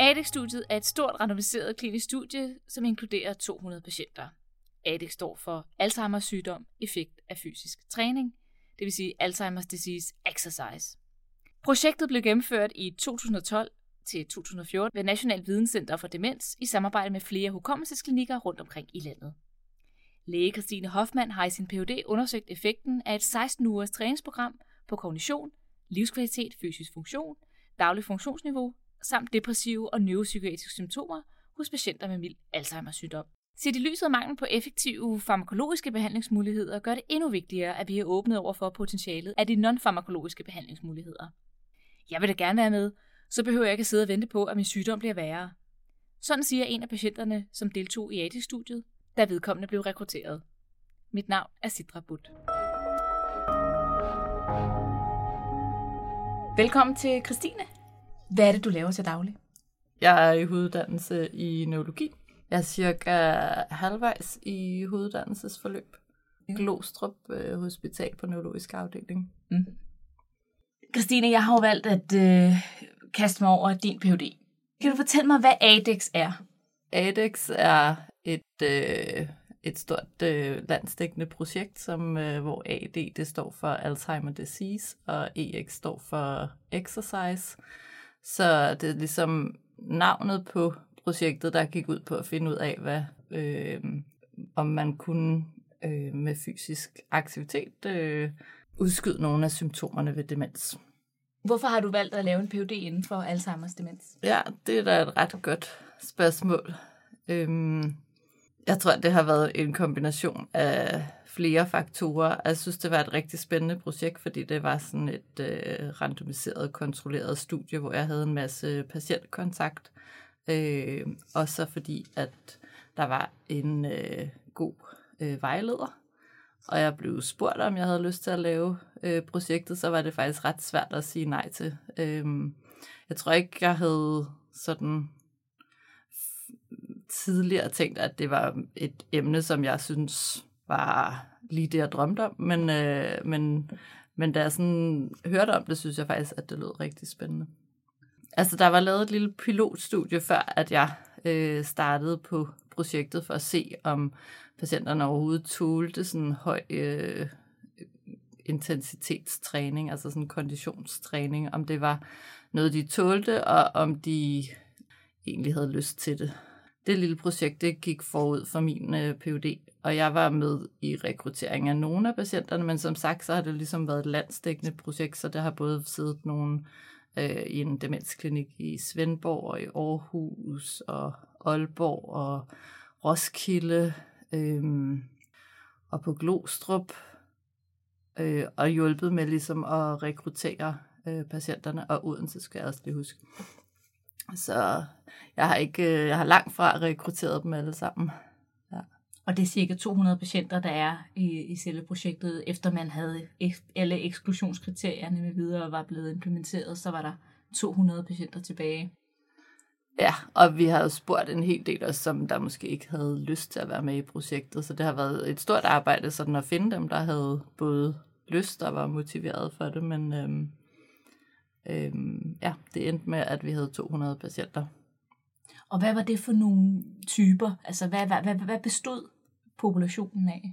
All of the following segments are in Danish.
ADEX-studiet er et stort randomiseret klinisk studie, som inkluderer 200 patienter. ADEX står for Alzheimer's sygdom, effekt af fysisk træning, det vil sige Alzheimer's Disease Exercise. Projektet blev gennemført i 2012 til 2014 ved National Videnscenter for Demens i samarbejde med flere hukommelsesklinikker rundt omkring i landet. Læge Christine Hoffmann har i sin Ph.D. undersøgt effekten af et 16-ugers træningsprogram på kognition, livskvalitet, fysisk funktion, daglig funktionsniveau samt depressive og neuropsykiatriske symptomer hos patienter med mild Alzheimer's sygdom. Set i lyset af mangel på effektive farmakologiske behandlingsmuligheder, gør det endnu vigtigere, at vi er åbnet over for potentialet af de non-farmakologiske behandlingsmuligheder. Jeg vil da gerne være med, så behøver jeg ikke at sidde og vente på, at min sygdom bliver værre. Sådan siger en af patienterne, som deltog i ADEX-studiet, da vedkommende blev rekrutteret. Mit navn er Sidra Butt. Velkommen til Christine. Hvad er det, du laver til daglig? Jeg er i hoveduddannelse i neurologi. Jeg er cirka halvvejs i hoveduddannelsesforløb. Glostrup Hospital på neurologisk afdeling. Christine, jeg har jo valgt at kaste mig over din Ph.D. Kan du fortælle mig, hvad ADEX er? ADEX er et stort landsdækkende projekt, hvor AD det står for Alzheimer's Disease, og EX står for Exercise. Så det er ligesom navnet på projektet, der gik ud på at finde ud af, om man kunne med fysisk aktivitet udskyde nogle af symptomerne ved demens. Hvorfor har du valgt at lave en Ph.D. inden for Alzheimer's demens? Ja, det er da et ret godt spørgsmål. Jeg tror, det har været en kombination af flere faktorer. Jeg synes, det var et rigtig spændende projekt, fordi det var sådan et randomiseret, kontrolleret studie, hvor jeg havde en masse patientkontakt. Og så fordi, at der var en god vejleder, og jeg blev spurgt, om jeg havde lyst til at lave projektet, så var det faktisk ret svært at sige nej til. Jeg tror ikke, jeg havde sådan tidligere tænkt, at det var et emne, som jeg synes var lige det, jeg drømte om. Men da jeg sådan hørte om det, synes jeg faktisk, at det lød rigtig spændende. Altså, der var lavet et lille pilotstudie, før at jeg startede på projektet for at se, om patienterne overhovedet tålte sådan høj intensitetstræning, altså sådan konditionstræning, om det var noget, de tålte, og om de egentlig havde lyst til det. Det lille projekt, det gik forud for min Ph.D., og jeg var med i rekruttering af nogle af patienterne, men som sagt, så har det ligesom været et landsdækkende projekt, så der har både siddet nogen i en demensklinik i Svendborg og i Aarhus og Aalborg og Roskilde og på Glostrup og hjulpet med ligesom at rekruttere patienterne, og Odense skal jeg også lige huske. Så jeg har langt fra rekrutteret dem alle sammen. Ja. Og det er cirka 200 patienter, der er i selve projektet, efter man havde alle eksklusionskriterierne med videre var blevet implementeret, så var der 200 patienter tilbage. Ja, og vi har jo spurgt en hel del også, som der måske ikke havde lyst til at være med i projektet, så det har været et stort arbejde sådan at finde dem, der havde både lyst og var motiveret for det, men det endte med, at vi havde 200 patienter. Og hvad var det for nogle typer? Altså, hvad bestod populationen af?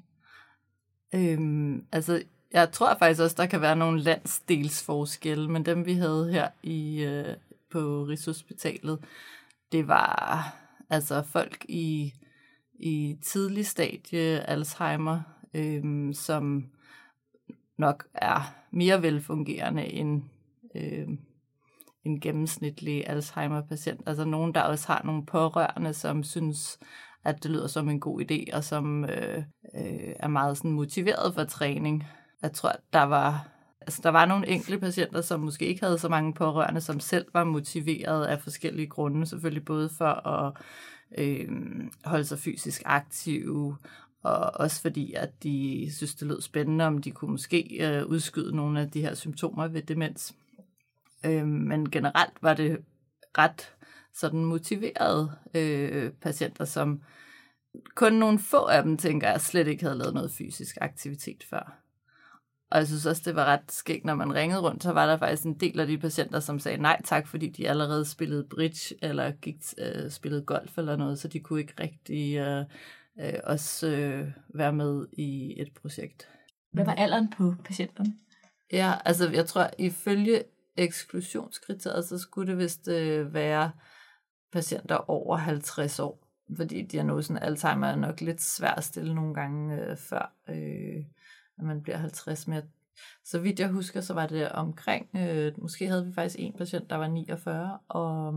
Jeg tror faktisk også, der kan være nogle landsdelsforskelle, men dem vi havde her på Rigshospitalet, det var altså folk i tidlig stadie Alzheimer, som nok er mere velfungerende end en gennemsnitlig Alzheimer-patient. Altså nogen, der også har nogle pårørende, som synes, at det lyder som en god idé, og som er meget sådan motiveret for træning. Jeg tror, der var nogle enkelte patienter, som måske ikke havde så mange pårørende, som selv var motiveret af forskellige grunde. Selvfølgelig både for at holde sig fysisk aktive, og også fordi, at de synes, det lød spændende, om de kunne måske udskyde nogle af de her symptomer ved demens. Men generelt var det ret sådan motiverede patienter, som kun nogle få af dem, tænker jeg, slet ikke havde lavet noget fysisk aktivitet før. Og jeg synes også, det var ret skægt, når man ringede rundt, så var der faktisk en del af de patienter, som sagde nej tak, fordi de allerede spillede bridge, eller spillede golf eller noget, så de kunne ikke rigtig også være med i et projekt. Hvad var alderen på patienterne? Ja, altså jeg tror, ifølge eksklusionskriteriet, så skulle det vist være patienter over 50 år, fordi diagnosen Alzheimer er nok lidt svær at stille nogle gange før, når man bliver 50 med. Så vidt jeg husker, så var det omkring, måske havde vi faktisk en patient, der var 49, og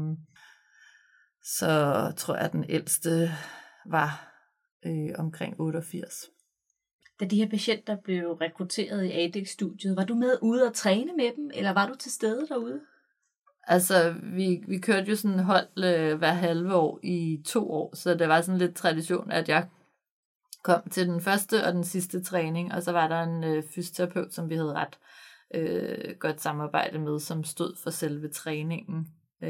så tror jeg, at den ældste var omkring 88. Da de her patienter blev rekrutteret i ADEX-studiet, var du med ude og træne med dem, eller var du til stede derude? Altså, vi kørte jo sådan hold hver halve år i 2 år, så det var sådan lidt tradition, at jeg kom til den første og den sidste træning, og så var der en fysioterapeut, som vi havde ret godt samarbejde med, som stod for selve træningen.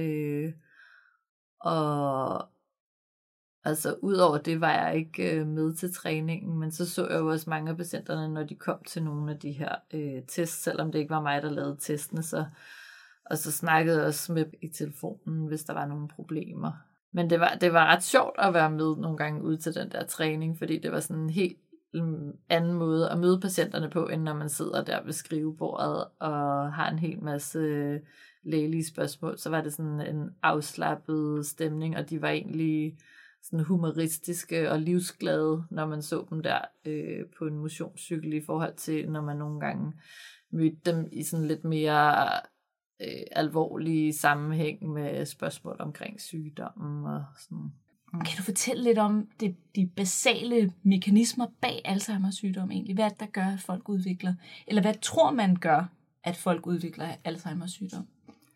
Og altså, udover det var jeg ikke med til træningen, men så jeg jo også mange af patienterne, når de kom til nogle af de her tests, selvom det ikke var mig, der lavede testene, og så snakkede jeg også med i telefonen, hvis der var nogle problemer. Men det var ret sjovt at være med nogle gange ude til den der træning, fordi det var sådan en helt anden måde at møde patienterne på, end når man sidder der ved skrivebordet og har en hel masse lægelige spørgsmål. Så var det sådan en afslappet stemning, og de var egentlig sådan humoristiske og livsglade, når man så dem der på en motionscykel, i forhold til, når man nogle gange mødte dem i sådan lidt mere alvorlige sammenhæng med spørgsmål omkring sygdommen og sådan. Kan du fortælle lidt om de basale mekanismer bag Alzheimers sygdom egentlig? Hvad er det, der gør, at folk udvikler? Eller hvad tror man gør, at folk udvikler Alzheimers sygdom?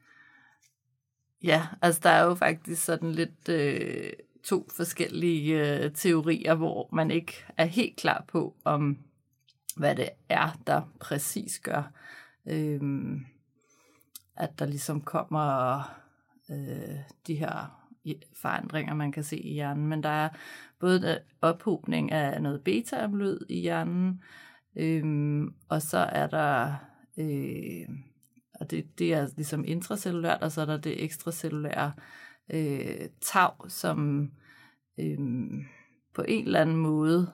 Ja, altså der er jo faktisk sådan lidt 2 forskellige teorier, hvor man ikke er helt klar på, om hvad det er, der præcis gør, at der ligesom kommer de her forandringer, man kan se i hjernen. Men der er både ophobning af noget beta-amyloid i hjernen, og så er der, og det er ligesom intracellulært, og så er der det ekstracellulære tau, som på en eller anden måde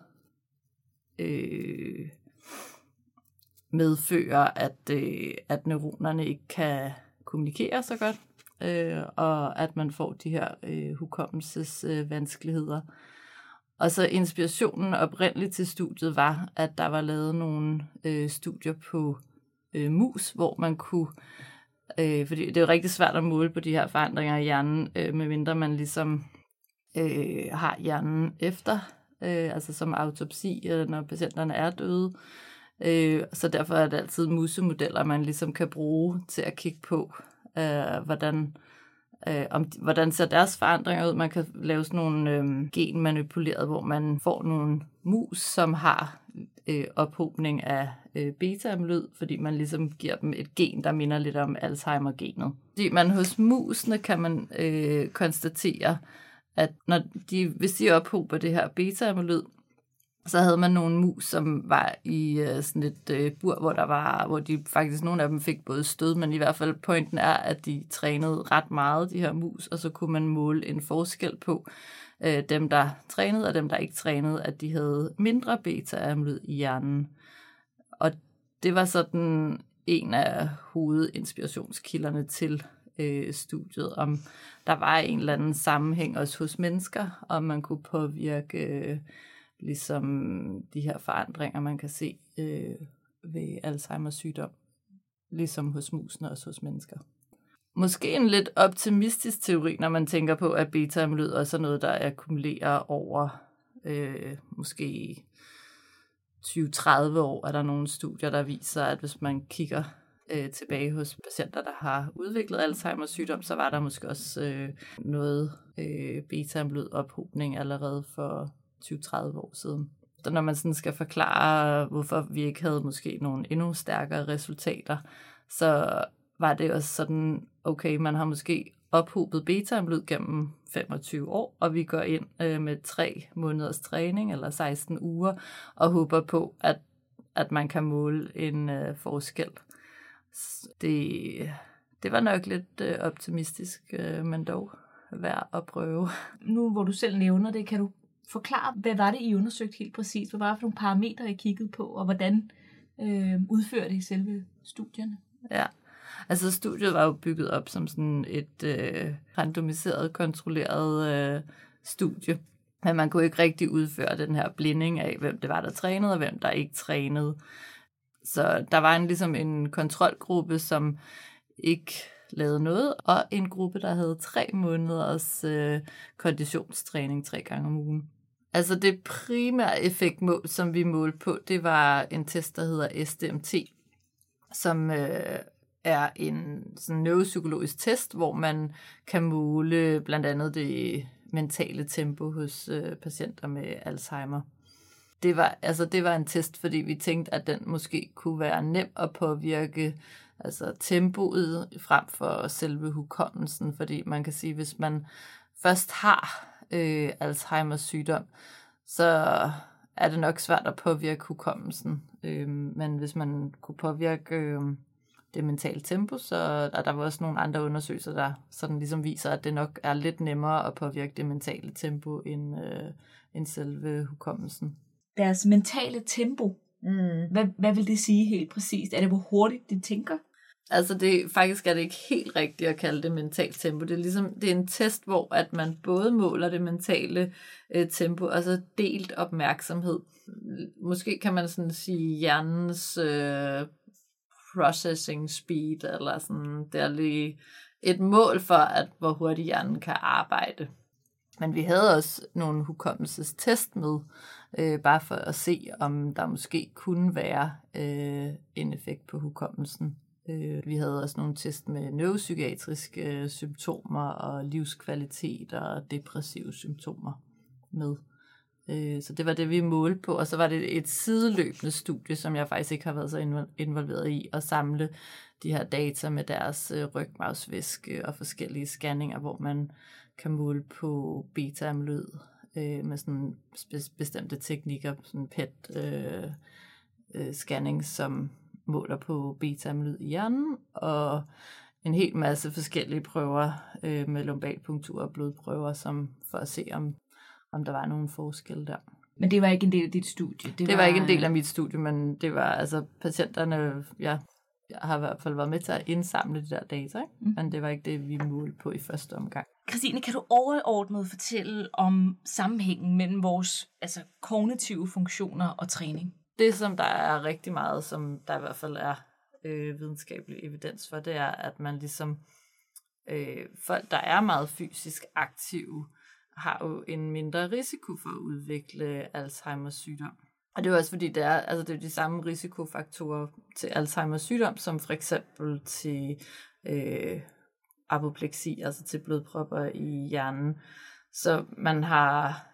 medfører, at neuronerne ikke kan kommunikere så godt, og at man får de her hukommelsesvanskeligheder. Og så inspirationen oprindeligt til studiet var, at der var lavet nogle studier på mus, hvor man kunne, fordi det er jo rigtig svært at måle på de her forandringer i hjernen, medmindre man ligesom har hjernen efter, altså som autopsi, når patienterne er døde. Så derfor er det altid musemodeller, man ligesom kan bruge til at kigge på, hvordan ser deres forandringer ud. Man kan lave sådan nogle genmanipuleret, hvor man får nogle mus, som har ophobning af beta-amyloid, fordi man ligesom giver dem et gen, der minder lidt om Alzheimer-genet. Fordi man hos musene kan man konstatere, at hvis de ophober det her beta-amyloid, så havde man nogle mus, som var i sådan et bur, hvor de faktisk, nogle af dem fik både stød, men i hvert fald pointen er, at de trænede ret meget, de her mus, og så kunne man måle en forskel på dem, der trænede, og dem, der ikke trænede, at de havde mindre beta-amyloid i hjernen. Og det var sådan en af hovedinspirationskilderne til studiet, om der var en eller anden sammenhæng også hos mennesker, om man kunne påvirke ligesom de her forandringer, man kan se ved Alzheimers sygdom, ligesom hos musene og også hos mennesker. Måske en lidt optimistisk teori, når man tænker på, at beta-amyloid også er noget, der akkumulerer over måske 20-30 år. Er der nogle studier, der viser, at hvis man kigger tilbage hos patienter, der har udviklet Alzheimers sygdom, så var der måske også noget beta-amyloid ophobning allerede for 20-30 år siden. Så når man sådan skal forklare, hvorfor vi ikke havde måske nogle endnu stærkere resultater, så var det også sådan, okay, man har måske ophobet beta-amyloid gennem 25 år, og vi går ind med 3 måneders træning, eller 16 uger, og håber på, at man kan måle en forskel. Det var nok lidt optimistisk, men dog værd at prøve. Nu hvor du selv nævner det, kan du forklare, hvad var det, I undersøgte helt præcist? Hvad var det for nogle parametre, I kiggede på, og hvordan udførte I selve studierne? Ja, altså studiet var jo bygget op som sådan et randomiseret, kontrolleret studie. Men man kunne ikke rigtig udføre den her blinding af, hvem det var, der trænede, og hvem der ikke trænede. Så der var ligesom en kontrolgruppe, som ikke lavede noget, og en gruppe, der havde 3 måneders konditionstræning 3 gange om ugen. Altså det primære effektmål, som vi målte på, det var en test, der hedder SDMT, som er en sådan neuropsykologisk test, hvor man kan måle blandt andet det mentale tempo hos patienter med Alzheimer. Det var en test, fordi vi tænkte, at den måske kunne være nem at påvirke, altså tempoet frem for selve hukommelsen, fordi man kan sige, hvis man først har Alzheimers sygdom, så er det nok svært at påvirke hukommelsen. Men hvis man kunne påvirke det mentale tempo, så der var også nogle andre undersøgelser, der sådan ligesom viser, at det nok er lidt nemmere at påvirke det mentale tempo end selve hukommelsen. Deres mentale tempo, hvad vil det sige helt præcist? Er det, hvor hurtigt de tænker? Altså faktisk er det ikke helt rigtigt at kalde det mentalt tempo. Det er en test, hvor at man både måler det mentale tempo, og så delt opmærksomhed. Måske kan man sådan sige hjernens processing speed, eller sådan, det er lige et mål for, hvor hurtigt hjernen kan arbejde. Men vi havde også nogle hukommelsestest med, bare for at se, om der måske kunne være en effekt på hukommelsen. Vi havde også nogle test med neuropsykiatriske symptomer og livskvalitet og depressive symptomer med. Så det var det, vi målte på, og så var det et sideløbende studie, som jeg faktisk ikke har været så involveret i, at samle de her data med deres rygmarvsvæske og forskellige scanninger, hvor man kan måle på beta-amyloid med sådan bestemte teknikker, sådan PET-scanning, som måler på beta-amyloid i hjernen, og en hel masse forskellige prøver med lumbalpunktur og blodprøver, for at se, om der var nogen forskel der. Men det var ikke en del af dit studie? Det var ikke en del af mit studie, men det var altså patienterne, jeg har i hvert fald været med til at indsamle de der data, ikke? Men det var ikke det, vi målte på i første omgang. Christine, kan du overordnet fortælle om sammenhængen mellem vores kognitive funktioner og træning? Det, som der er rigtig meget, som der i hvert fald er videnskabelig evidens for, det er, at man ligesom folk, der er meget fysisk aktive, har jo en mindre risiko for at udvikle Alzheimers sygdom. Og det er jo også fordi, det er de samme risikofaktorer til Alzheimers sygdom, som for eksempel til apopleksi, altså til blodpropper i hjernen. Så man har,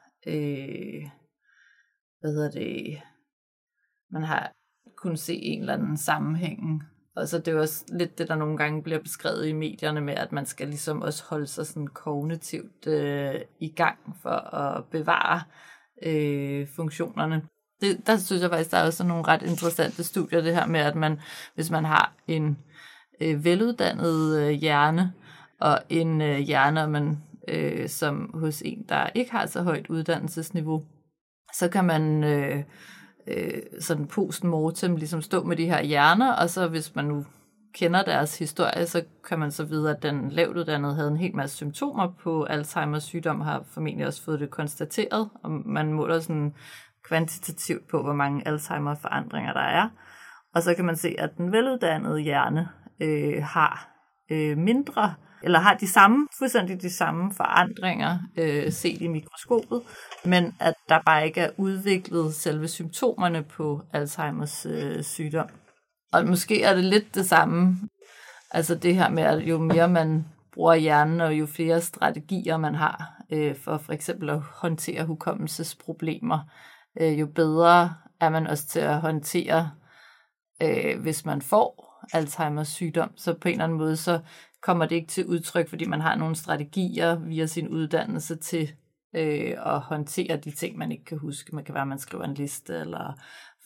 man har kunnet se en eller anden sammenhæng. Og så det er også lidt det, der nogle gange bliver beskrevet i medierne med, at man skal ligesom også holde sig sådan kognitivt i gang for at bevare funktionerne. Der synes jeg faktisk, der er også nogle ret interessante studier, det her med, at hvis man har en veluddannet hjerne, og en hjerne, som hos en, der ikke har så højt uddannelsesniveau, så kan man sådan postmortem ligesom stå med de her hjerner, og så hvis man nu kender deres historie, så kan man så vide, at den lavtuddannede havde en hel masse symptomer på Alzheimers sygdom, har formentlig også fået det konstateret, og man måler sådan kvantitativt på, hvor mange Alzheimer-forandringer der er. Og så kan man se, at den veluddannede hjerne har mindre, eller har fuldstændig de samme forandringer set i mikroskopet, men at der bare ikke er udviklet selve symptomerne på Alzheimers sygdom. Og måske er det lidt det samme, altså det her med, at jo mere man bruger hjernen, og jo flere strategier man har for eksempel at håndtere hukommelsesproblemer, jo bedre er man også til at håndtere, hvis man får Alzheimers sygdom. Så på en eller anden måde, så kommer det ikke til udtryk, fordi man har nogle strategier via sin uddannelse til at håndtere de ting, man ikke kan huske. Man kan være, at man skriver en liste, eller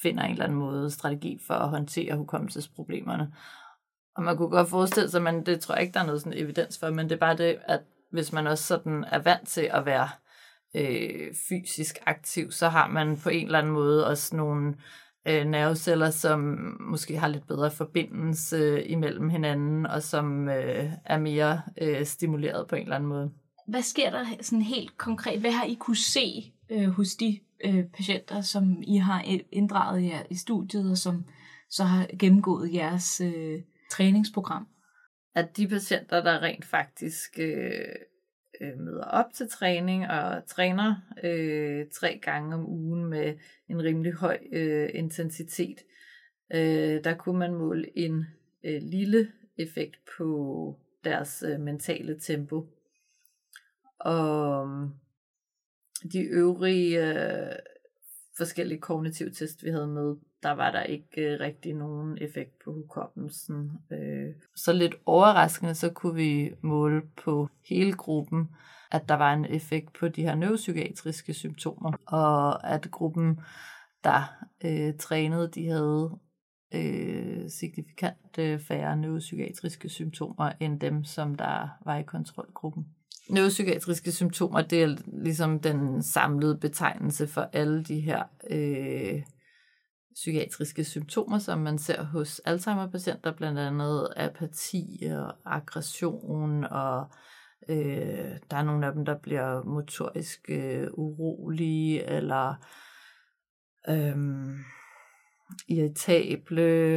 finder en eller anden måde strategi for at håndtere hukommelsesproblemerne. Og man kunne godt forestille sig, men det tror jeg ikke, der er noget sådan evidens for, men det er bare det, at hvis man også sådan er vant til at være fysisk aktiv, så har man på en eller anden måde også nogle nerveceller, som måske har lidt bedre forbindelse imellem hinanden, og som er mere stimuleret på en eller anden måde. Hvad sker der sådan helt konkret? Hvad har I kunne se hos de patienter, som I har inddraget jer i studiet, og som så har gennemgået jeres træningsprogram? At de patienter, der rent faktisk møder op til træning og træner 3 gange om ugen med en rimelig høj intensitet, der kunne man måle en lille effekt på deres mentale tempo. Og de øvrige forskellige kognitive test, vi havde med, der var der ikke rigtig nogen effekt på hukommelsen. Så lidt overraskende, så kunne vi måle på hele gruppen, at der var en effekt på de her neuropsykiatriske symptomer, og at gruppen, der trænede, de havde signifikant færre neuropsykiatriske symptomer, end dem, som der var i kontrolgruppen. Neuropsykiatriske symptomer, det er ligesom den samlede betegnelse for alle de her psykiatriske symptomer, som man ser hos Alzheimer-patienter, blandt andet apati og aggression, og der er nogle af dem, der bliver motorisk urolige, eller irritable.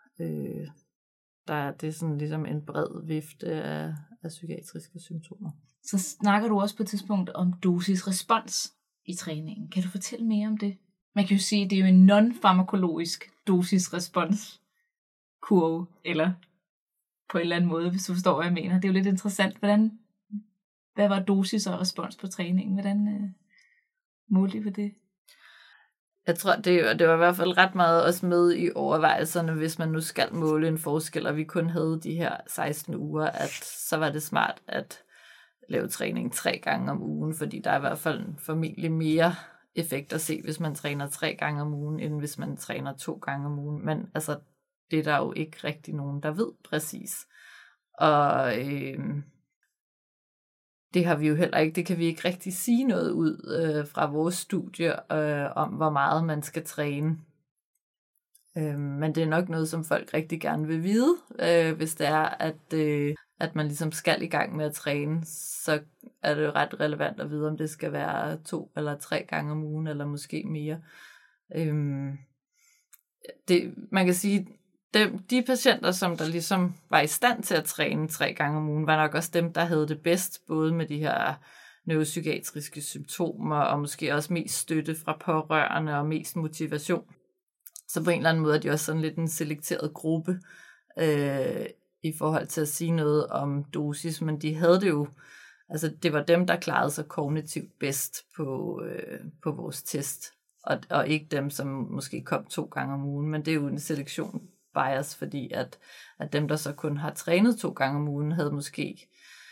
Det er sådan ligesom en bred vifte af psykiatriske symptomer. Så snakker du også på et tidspunkt om dosis-respons i træningen. Kan du fortælle mere om det? Man kan jo sige, at det er jo en non-farmakologisk dosis-respons-kurve, eller på en eller anden måde, hvis du forstår, hvad jeg mener. Det er jo lidt interessant. Hvad var dosis og respons på træningen? Hvordan målte I på det? Jeg tror, det var i hvert fald ret meget også med i overvejelserne, hvis man nu skal måle en forskel, og vi kun havde de her 16 uger, at så var det smart at lave træning 3 gange om ugen, fordi der er i hvert fald formentlig mere effekt at se, hvis man træner 3 gange om ugen, end hvis man træner 2 gange om ugen. Men altså, det er der jo ikke rigtig nogen, der ved præcis. Og det har vi jo heller ikke, det kan vi ikke rigtig sige noget ud fra vores studie om, hvor meget man skal træne. Men det er nok noget, som folk rigtig gerne vil vide, hvis det er, at man ligesom skal i gang med at træne, så er det jo ret relevant at vide, om det skal være 2 eller 3 gange om ugen, eller måske mere. Man kan sige, de patienter, som der ligesom var i stand til at træne 3 gange om ugen, var nok også dem, der havde det bedst, både med de her neuropsykiatriske symptomer, og måske også mest støtte fra pårørende, og mest motivation. Så på en eller anden måde er de også sådan lidt en selekteret gruppe, i forhold til at sige noget om dosis, men de havde det jo, altså det var dem, der klarede sig kognitivt bedst på vores test, og ikke dem, som måske kom 2 gange om ugen, men det er jo en selektion bias, fordi at dem, der så kun har trænet 2 gange om ugen, havde måske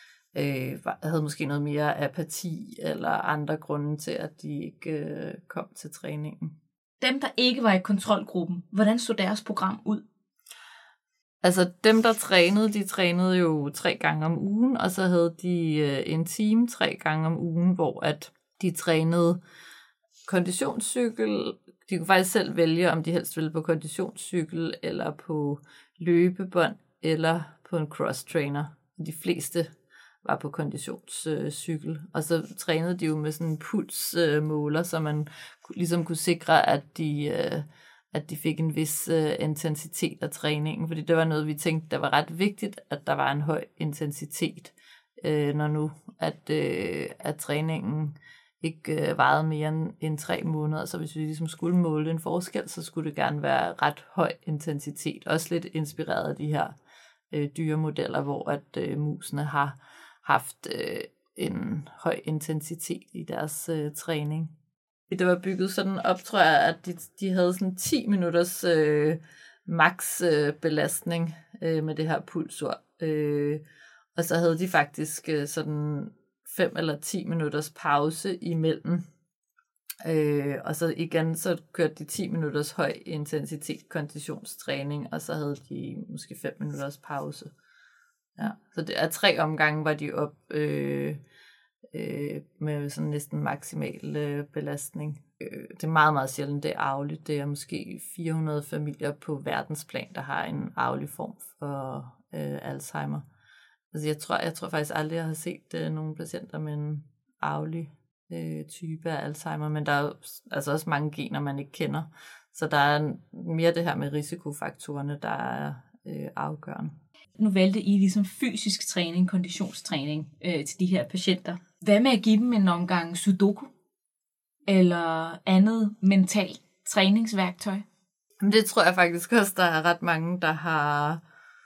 noget mere apati, eller andre grunde til, at de ikke kom til træningen. Dem, der ikke var i kontrolgruppen, hvordan så deres program ud? Altså dem, der trænede, de trænede jo 3 gange om ugen, og så havde de en time 3 gange om ugen, hvor at de trænede konditionscykel. De kunne faktisk selv vælge, om de helst ville på konditionscykel, eller på løbebånd, eller på en cross-trainer. De fleste var på konditionscykel, og så trænede de jo med sådan en pulsmåler, så man ligesom kunne sikre, at de fik en vis intensitet af træningen, fordi det var noget, vi tænkte, der var ret vigtigt, at der var en høj intensitet, når nu at træningen ikke varede mere end 3 måneder, så hvis vi ligesom skulle måle en forskel, så skulle det gerne være ret høj intensitet, også lidt inspireret af de her dyremodeller, hvor at musene har haft en høj intensitet i deres træning. Det var bygget sådan op, tror jeg, at de havde sådan 10 minutters max belastning med det her pulsur. Og så havde de faktisk sådan 5 eller 10 minutters pause imellem Og så igen, så kørte de 10 minutters høj intensitet konditionstræning, og så havde de måske 5 minutters pause. Ja, så det er 3 omgange, var de op med sådan næsten maksimal belastning. Det er meget, meget sjældent, det er arveligt. Det er måske 400 familier på verdensplan, der har en arvelig form for Alzheimer. Altså jeg tror faktisk aldrig, jeg har set nogle patienter med en arvelig type af Alzheimer, men der er altså også mange gener, man ikke kender. Så der er mere det her med risikofaktorerne, der er afgørende. Nu valgte I ligesom fysisk træning, konditionstræning til de her patienter. Hvad med at give dem en omgang sudoku? Eller andet mentalt træningsværktøj? Det tror jeg faktisk også, der er ret mange, der har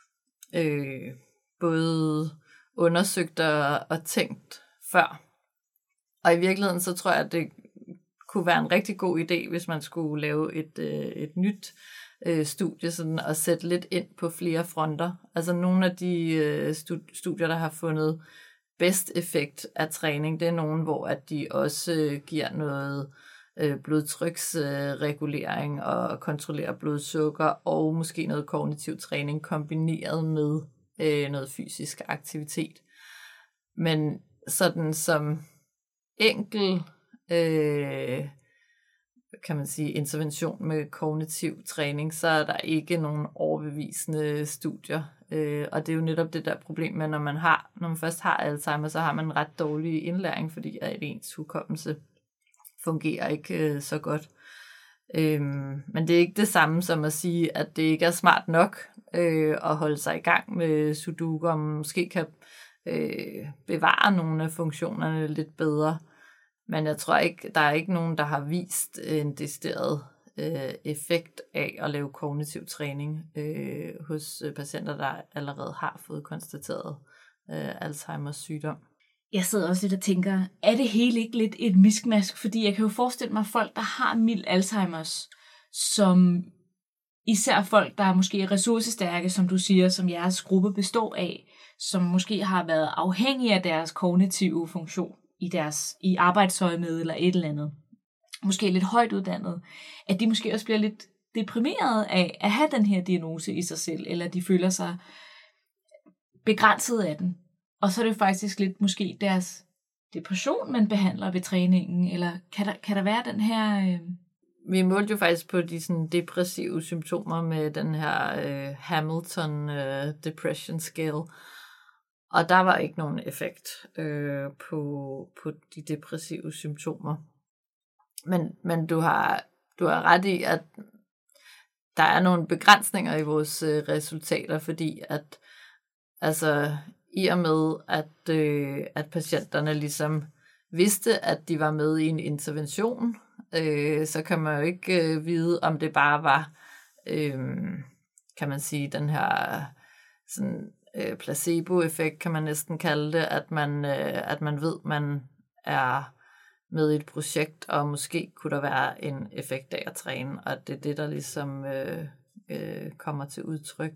både undersøgt og tænkt før. Og i virkeligheden, så tror jeg, at det kunne være en rigtig god idé, hvis man skulle lave et nyt studie, sådan at sætte lidt ind på flere fronter. Altså nogle af de studier, der har fundet bedst effekt af træning, det er nogle, hvor at de også giver noget blodtryksregulering og kontrollerer blodsukker, og måske noget kognitiv træning kombineret med noget fysisk aktivitet. Men sådan som enkel kan man sige, intervention med kognitiv træning, så er der ikke nogen overbevisende studier. Og det er jo netop det der problem med, når man først har Alzheimer, så har man en ret dårlig indlæring, fordi at ens hukommelse fungerer ikke så godt. Men det er ikke det samme som at sige, at det ikke er smart nok at holde sig i gang med sudoku, og måske kan bevare nogle af funktionerne lidt bedre. Men jeg tror ikke, der er ikke nogen, der har vist en decideret effekt af at lave kognitiv træning hos patienter, der allerede har fået konstateret Alzheimers sygdom. Jeg sidder også lidt og tænker, er det hele ikke lidt et miskmask? Fordi jeg kan jo forestille mig folk, der har mild Alzheimers, som især folk, der er måske ressourcestærke, som du siger, som jeres gruppe består af, som måske har været afhængige af deres kognitive funktion i arbejdsøjemed eller et eller andet. Måske lidt højt uddannet. At de måske også bliver lidt deprimeret af at have den her diagnose i sig selv, eller de føler sig begrænset af den. Og så er det faktisk lidt måske deres depression, man behandler ved træningen, eller kan der være den her... Vi målte jo faktisk på de sådan depressive symptomer med den her Hamilton Depression Scale, og der var ikke nogen effekt på de depressive symptomer. Men du har ret i, at der er nogle begrænsninger i vores resultater, fordi at altså i og med, at patienterne ligesom vidste, at de var med i en intervention, så kan man jo ikke vide, om det bare var, kan man sige, den her sådan, placebo-effekt, kan man næsten kalde det, at man ved, man er med i et projekt, og måske kunne der være en effekt af at træne, og det er det, der ligesom kommer til udtryk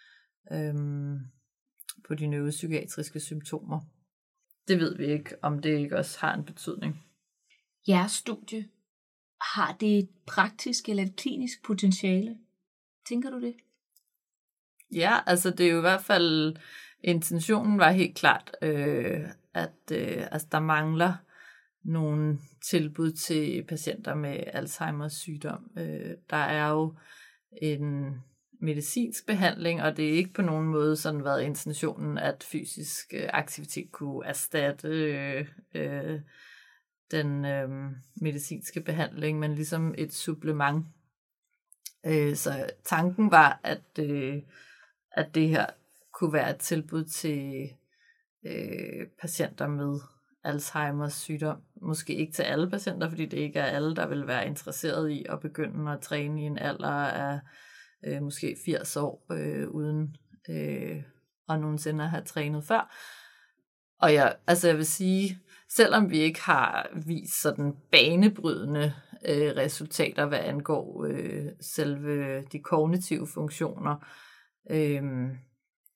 på de neuropsykiatriske symptomer. Det ved vi ikke, om det ikke også har en betydning. Jeres studie, har det et praktisk eller et klinisk potentiale? Tænker du det? Ja, altså det er jo i hvert fald, intentionen var helt klart, at altså der mangler nogle tilbud til patienter med Alzheimers sygdom. Der er jo en medicinsk behandling, og det er ikke på nogen måde sådan været intentionen, at fysisk aktivitet kunne erstatte den medicinske behandling, men ligesom et supplement. Så tanken var, at det her kunne være et tilbud til patienter med Alzheimers sygdom. Måske ikke til alle patienter, fordi det ikke er alle, der vil være interesseret i at begynde at træne i en alder af måske 80 år, uden at nogensinde at have trænet før. Og jeg vil sige, selvom vi ikke har vist sådan banebrydende resultater, hvad angår selve de kognitive funktioner,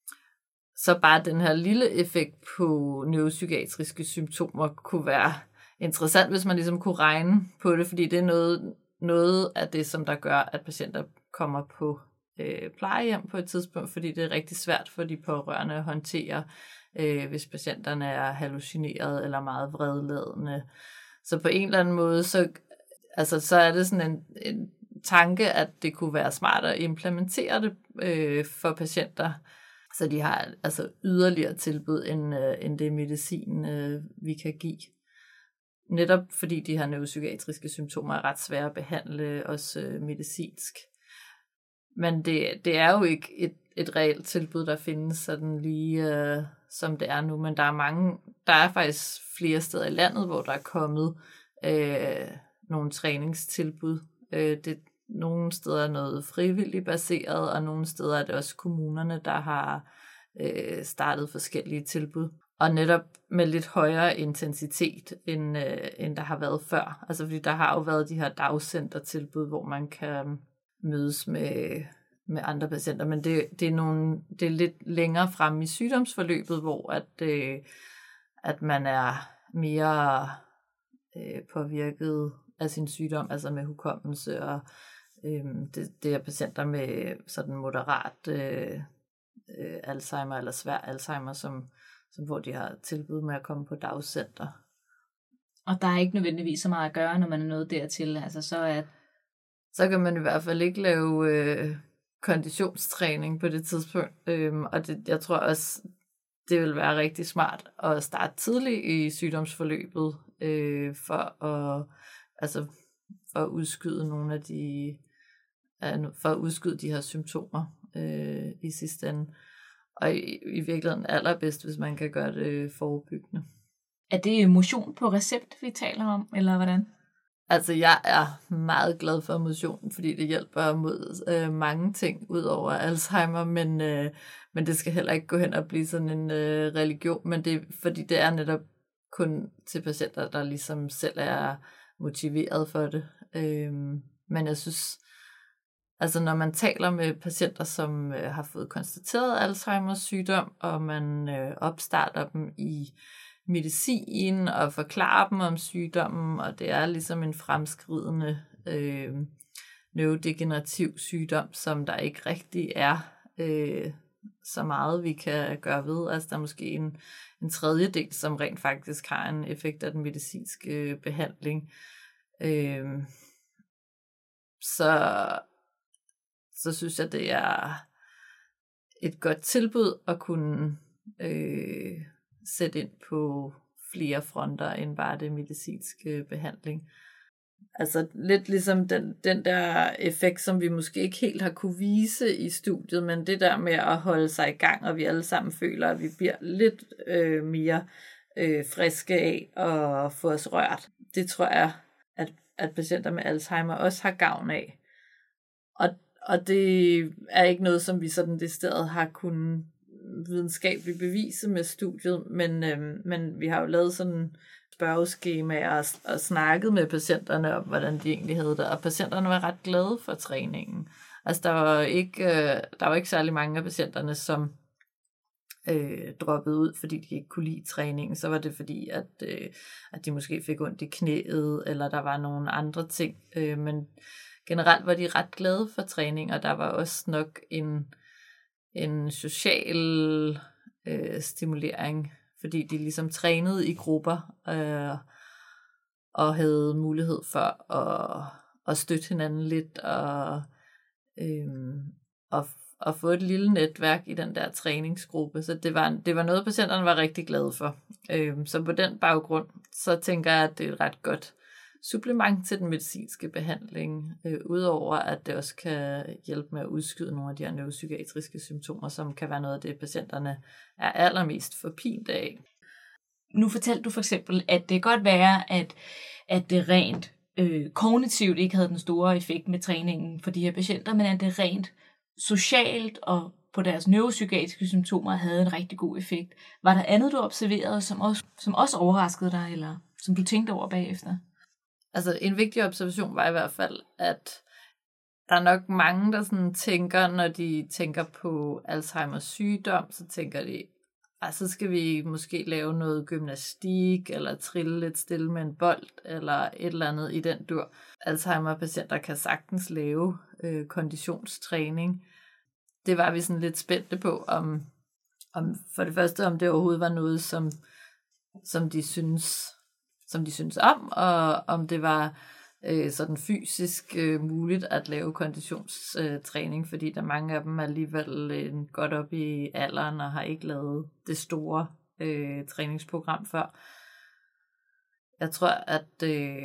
så bare den her lille effekt på neuropsykiatriske symptomer kunne være interessant, hvis man ligesom kunne regne på det, fordi det er noget af det, som der gør, at patienter kommer på plejehjem på et tidspunkt, fordi det er rigtig svært for de pårørende at håndtere, hvis patienterne er hallucineret eller meget vredladende. Så på en eller anden måde, så er det sådan en tanke, at det kunne være smart at implementere det for patienter, så de har altså yderligere tilbud end det medicin, vi kan give. Netop fordi de her neuropsykiatriske symptomer er ret svære at behandle, også medicinsk. Men det er jo ikke et reelt tilbud, der findes sådan lige som det er nu, men der er faktisk flere steder i landet, hvor der er kommet nogle træningstilbud. Nogle steder er noget frivilligt baseret, og nogle steder er det også kommunerne, der har startet forskellige tilbud. Og netop med lidt højere intensitet, end der har været før. Altså fordi der har jo været de her dagcentertilbud, hvor man kan mødes med andre patienter. Men det er lidt længere fremme i sygdomsforløbet, hvor at man er mere påvirket af sin sygdom, altså med hukommelse, og det er patienter med sådan moderat Alzheimer eller svær Alzheimer, som hvor de har tilbud med at komme på dagcenter. Og der er ikke nødvendigvis så meget at gøre, når man er nået dertil. Altså så kan man i hvert fald ikke lave konditionstræning på det tidspunkt. Og jeg tror også, det vil være rigtig smart at starte tidligt i sygdomsforløbet, for at udskyde nogle af for at udskyde de her symptomer i sidste ende. Og i virkeligheden allerbedst, hvis man kan gøre det forebyggende. Er det motion på recept, vi taler om, eller hvordan? Altså, jeg er meget glad for motion, fordi det hjælper mod mange ting, ud over Alzheimer, men det skal heller ikke gå hen og blive sådan en religion, men fordi det er netop kun til patienter, der ligesom selv er motiveret for det. Men jeg synes, altså når man taler med patienter, som har fået konstateret Alzheimers sygdom, og man opstarter dem i medicin og forklarer dem om sygdommen, og det er ligesom en fremskridende neurodegenerativ sygdom, som der ikke rigtig er så meget, vi kan gøre ved. Altså der er måske en tredjedel, som rent faktisk har en effekt af den medicinske behandling. Så synes jeg, det er et godt tilbud at kunne sætte ind på flere fronter end bare det medicinske behandling. Altså lidt ligesom den der effekt, som vi måske ikke helt har kunne vise i studiet, men det der med at holde sig i gang, og vi alle sammen føler, at vi bliver lidt mere friske af at få os rørt. Det tror jeg, at patienter med Alzheimer også har gavn af. Og det er ikke noget, som vi sådan decideret har kunnet videnskabeligt bevise med studiet, men vi har jo lavet sådan spørgeskemaer og snakket med patienterne om, hvordan de egentlig havde det, og patienterne var ret glade for træningen. Altså der var ikke særlig mange af patienterne, som droppede ud, fordi de ikke kunne lide træningen. Så var det fordi, at de måske fik ondt i knæet, eller der var nogle andre ting. Men generelt var de ret glade for træning, og der var også nok en social stimulering, fordi de ligesom trænede i grupper og havde mulighed for at støtte hinanden lidt og få et lille netværk i den der træningsgruppe. Så det var noget, patienterne var rigtig glade for. Så på den baggrund, så tænker jeg, at det er et ret godt supplement til den medicinske behandling, udover at det også kan hjælpe med at udskyde nogle af de her neuropsykiatriske symptomer, som kan være noget af det, patienterne er allermest forpint af. Nu fortalte du for eksempel, at det kan godt være, at det rent kognitivt ikke havde den store effekt med træningen for de her patienter, men at det rent socialt og på deres neuropsykiatriske symptomer havde en rigtig god effekt. Var der andet, du observerede, som også overraskede dig, eller som du tænkte over bagefter? Altså en vigtig observation var i hvert fald, at der er nok mange, der sådan tænker, når de tænker på Alzheimers sygdom, så tænker de, så skal vi måske lave noget gymnastik, eller trille lidt stille med en bold, eller et eller andet i den dur. Alzheimer-patienter kan sagtens lave konditionstræning. Det var vi sådan lidt spændte på, om for det første, om det overhovedet var noget, som de synes om, og om det var sådan fysisk muligt at lave konditionstræning, fordi der mange af dem er alligevel godt op i alderen og har ikke lavet det store træningsprogram før. Jeg tror, at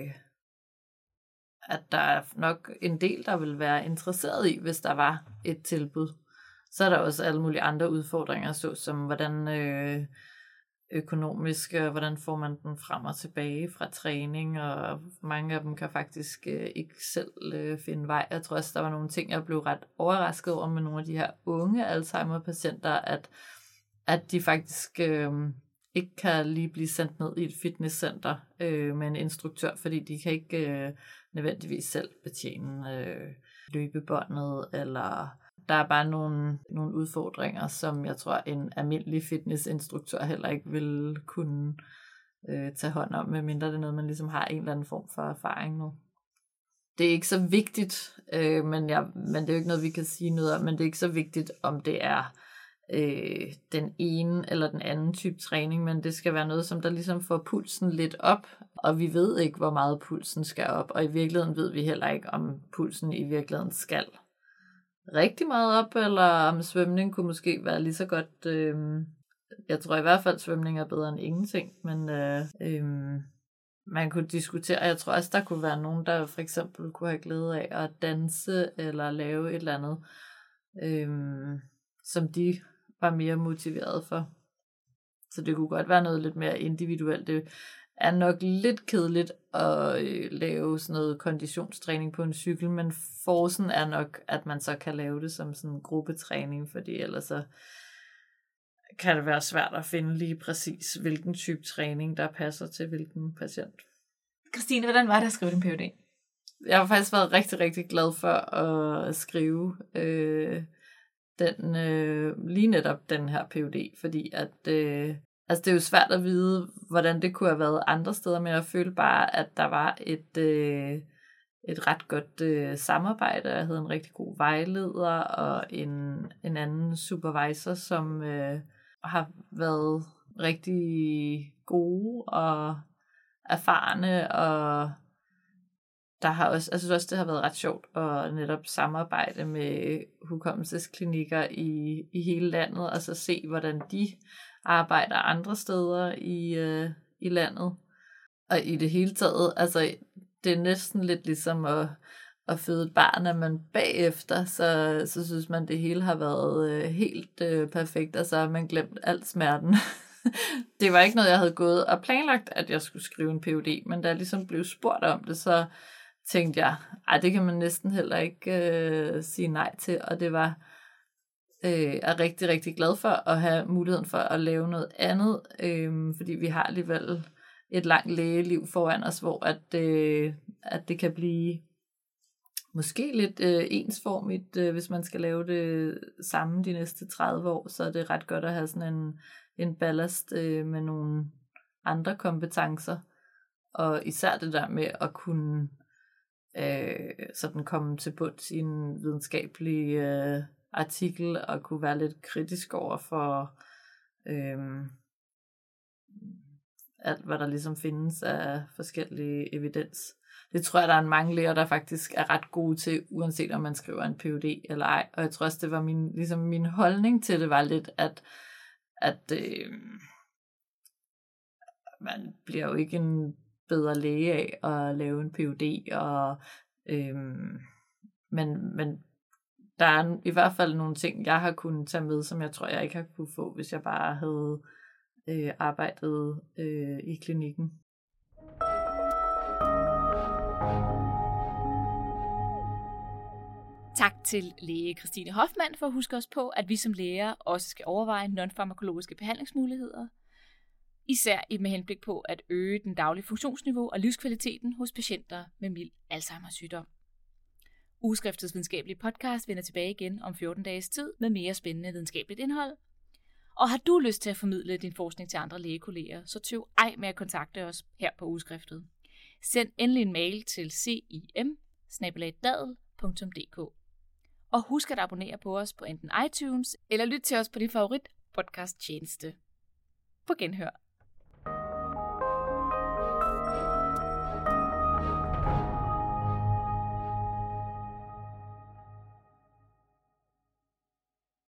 der er nok en del, der vil være interesseret i, hvis der var et tilbud. Så er der også alle mulige andre udfordringer, såsom hvordan økonomisk, hvordan får man den frem og tilbage fra træning, og mange af dem kan faktisk ikke selv finde vej. Jeg tror også, der var nogle ting, jeg blev ret overrasket over med nogle af de her unge Alzheimer-patienter, at de faktisk ikke kan lige blive sendt ned i et fitnesscenter med en instruktør, fordi de kan ikke nødvendigvis selv betjene løbebåndet, eller der er bare nogle udfordringer, som jeg tror, en almindelig fitnessinstruktør heller ikke vil kunne tage hånd om, medmindre det er noget, man ligesom har en eller anden form for erfaring med. Det er ikke så vigtigt, men det er jo ikke noget, vi kan sige noget om, men det er ikke så vigtigt, om det er den ene eller den anden type træning, men det skal være noget, som der ligesom får pulsen lidt op, og vi ved ikke, hvor meget pulsen skal op, og i virkeligheden ved vi heller ikke, om pulsen i virkeligheden skal rigtig meget op, eller om svømning kunne måske være lige så godt. Jeg tror i hvert fald, at svømning er bedre end ingenting, men man kunne diskutere, jeg tror også, der kunne være nogen, der for eksempel kunne have glæde af at danse, eller lave et eller andet, som de var mere motiveret for. Så det kunne godt være noget lidt mere individuelt. Det er nok lidt kedeligt at lave sådan noget konditionstræning på en cykel, men forsen er nok, at man så kan lave det som sådan en gruppetræning, fordi ellers så kan det være svært at finde lige præcis, hvilken type træning, der passer til hvilken patient. Christine, hvordan var det at skrive din Ph.D.? Jeg har faktisk været rigtig, rigtig glad for at skrive lige netop den her Ph.D., fordi at det er jo svært at vide, hvordan det kunne have været andre steder, men jeg følte bare, at der var et ret godt samarbejde. Jeg havde en rigtig god vejleder og en anden supervisor, som har været rigtig gode og erfarne, og der har også, jeg synes også, det har været ret sjovt at netop samarbejde med hukommelsesklinikker i hele landet, og så se, hvordan de arbejder andre steder i landet. Og i det hele taget, altså det er næsten lidt ligesom at føde et barn, at man bagefter, så synes man, det hele har været helt perfekt, og så har man glemt alt smerten. Det var ikke noget, jeg havde gået og planlagt, at jeg skulle skrive en Ph.D., men da jeg ligesom blev spurgt om det, så tænkte jeg, det kan man næsten heller ikke sige nej til, og det var er rigtig, rigtig glad for at have muligheden for at lave noget andet, fordi vi har alligevel et langt lægeliv foran os, hvor at det kan blive måske lidt ensformigt, hvis man skal lave det samme de næste 30 år, så er det ret godt at have sådan en ballast med nogle andre kompetencer, og især det der med at kunne sådan komme til bunds i en videnskabelig artikel, og kunne være lidt kritisk over for alt, hvad der ligesom findes af forskellige evidens. Det tror jeg, der er mange læger, der faktisk er ret gode til, uanset om man skriver en Ph.D. eller ej. Og jeg tror også, det var min holdning til det, var lidt, at man bliver jo ikke en bedre læge af at lave en Ph.D. Men der er i hvert fald nogle ting, jeg har kunnet tage med, som jeg tror, jeg ikke har kunne få, hvis jeg bare havde arbejdet i klinikken. Tak til læge Christine Hoffmann for at huske os på, at vi som læger også skal overveje nonfarmakologiske behandlingsmuligheder, især med henblik på at øge den daglige funktionsniveau og livskvaliteten hos patienter med mild Alzheimer sygdom. Ugeskriftets videnskabelige podcast vender tilbage igen om 14 dages tid med mere spændende videnskabeligt indhold. Og har du lyst til at formidle din forskning til andre lægekolleger, så tøv ej med at kontakte os her på Ugeskriftet. Send endelig en mail til cim@dadel.dk. Og husk at abonnere på os på enten iTunes eller lyt til os på din favorit podcast tjeneste. På genhør.